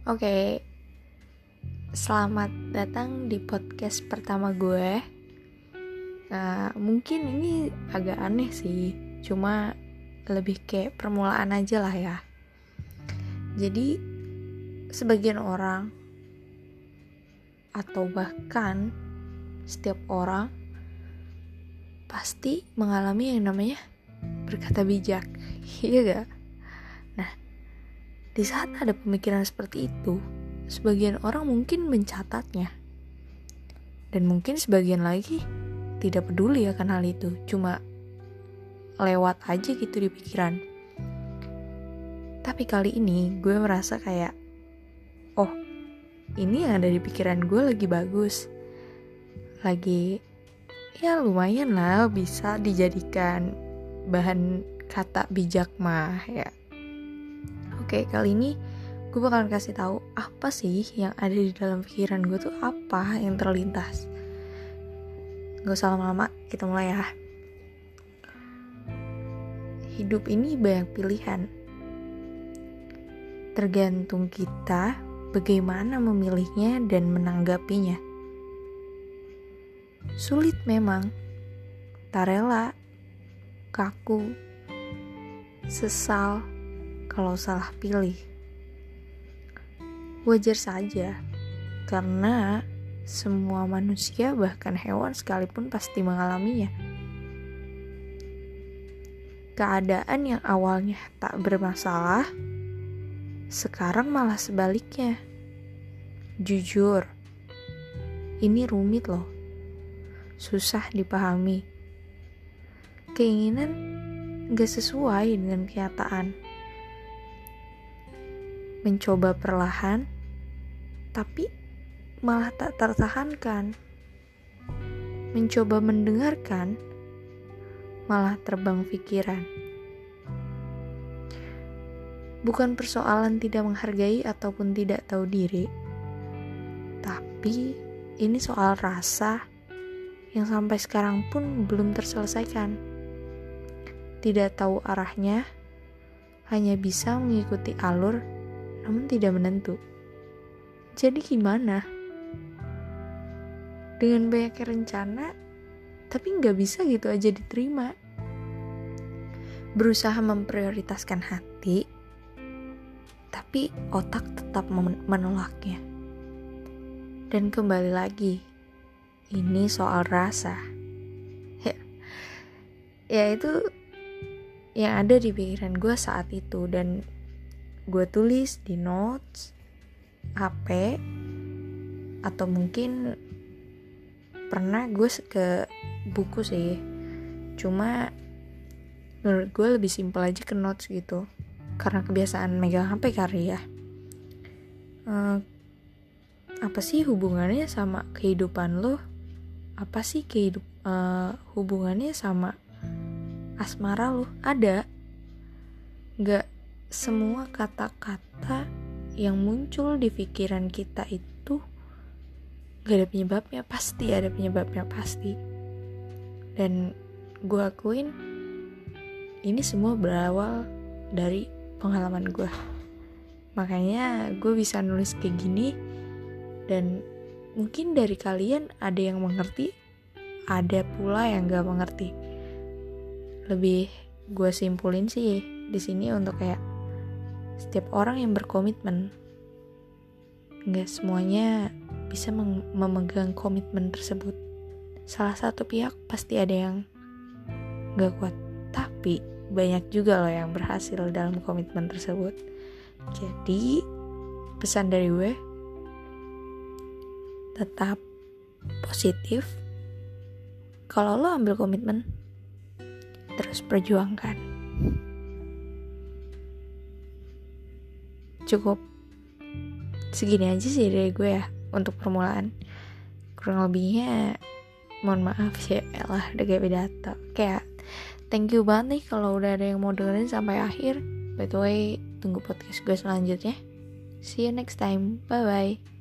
Oke, selamat datang di podcast pertama gue. Mungkin ini agak aneh sih, cuma lebih kayak permulaan aja lah ya. Jadi, sebagian orang atau bahkan setiap orang pasti mengalami yang namanya berkata bijak, iya gak? Nah, di saat ada pemikiran seperti itu, sebagian orang mungkin mencatatnya. Dan mungkin sebagian lagi tidak peduli akan hal itu, cuma lewat aja gitu di pikiran. Tapi kali ini gue merasa kayak, oh, ini yang ada di pikiran gue lagi bagus. Lagi, ya lumayan lah bisa dijadikan bahan kata bijak mah ya. Oke, kali ini gue bakalan kasih tahu apa sih yang ada di dalam pikiran gue tuh, apa yang terlintas. Gak usah lama-lama, kita mulai ya. Hidup ini banyak pilihan. Tergantung kita bagaimana memilihnya dan menanggapinya. Sulit memang, tak rela, kaku, sesal kalau salah pilih. Wajar saja, karena semua manusia bahkan hewan sekalipun pasti mengalaminya. Keadaan yang awalnya tak bermasalah, sekarang malah sebaliknya. Jujur, ini rumit loh, susah dipahami. Keinginan gak sesuai dengan kenyataan. Mencoba perlahan, tapi malah tak tertahankan. Mencoba mendengarkan, malah terbang pikiran. Bukan persoalan tidak menghargai ataupun tidak tahu diri, tapi ini soal rasa yang sampai sekarang pun belum terselesaikan. Tidak tahu arahnya, hanya bisa mengikuti alur namun tidak menentu. Jadi gimana? Dengan banyaknya rencana, tapi gak bisa gitu aja diterima. Berusaha memprioritaskan hati, tapi otak tetap menolaknya. Dan kembali lagi, ini soal rasa. Ya itu yang ada di pikiran gue saat itu, dan gue tulis di notes, HP, atau mungkin pernah gue ke buku sih. Cuma menurut gue lebih simpel aja ke notes gitu, karena kebiasaan megang HP kali ya. Apa sih hubungannya sama kehidupan lo? Apa sih hubungannya sama asmara lo? Ada. Gak semua kata-kata yang muncul di pikiran kita itu gak ada penyebabnya, pasti ada penyebabnya, pasti. Dan gue akuin ini semua berawal dari pengalaman gue. Makanya gue bisa nulis kayak gini, dan mungkin dari kalian ada yang mengerti, ada pula yang gak mengerti. Lebih gue simpulin sih di sini untuk kayak setiap orang yang berkomitmen, gak semuanya bisa memegang komitmen tersebut. Salah satu pihak pasti ada yang gak kuat, tapi banyak juga loh yang berhasil dalam komitmen tersebut. Jadi pesan dari gue, tetap positif. Kalau lo ambil komitmen, terus perjuangkan. Cukup segini aja sih dari gue ya untuk permulaan. Kurang lebihnya mohon maaf ya lah, udah kayak pidato. Kayak thank you banget nih kalau udah ada yang mau dengerin sampai akhir. By the way, tunggu podcast gue selanjutnya. See you next time. Bye bye.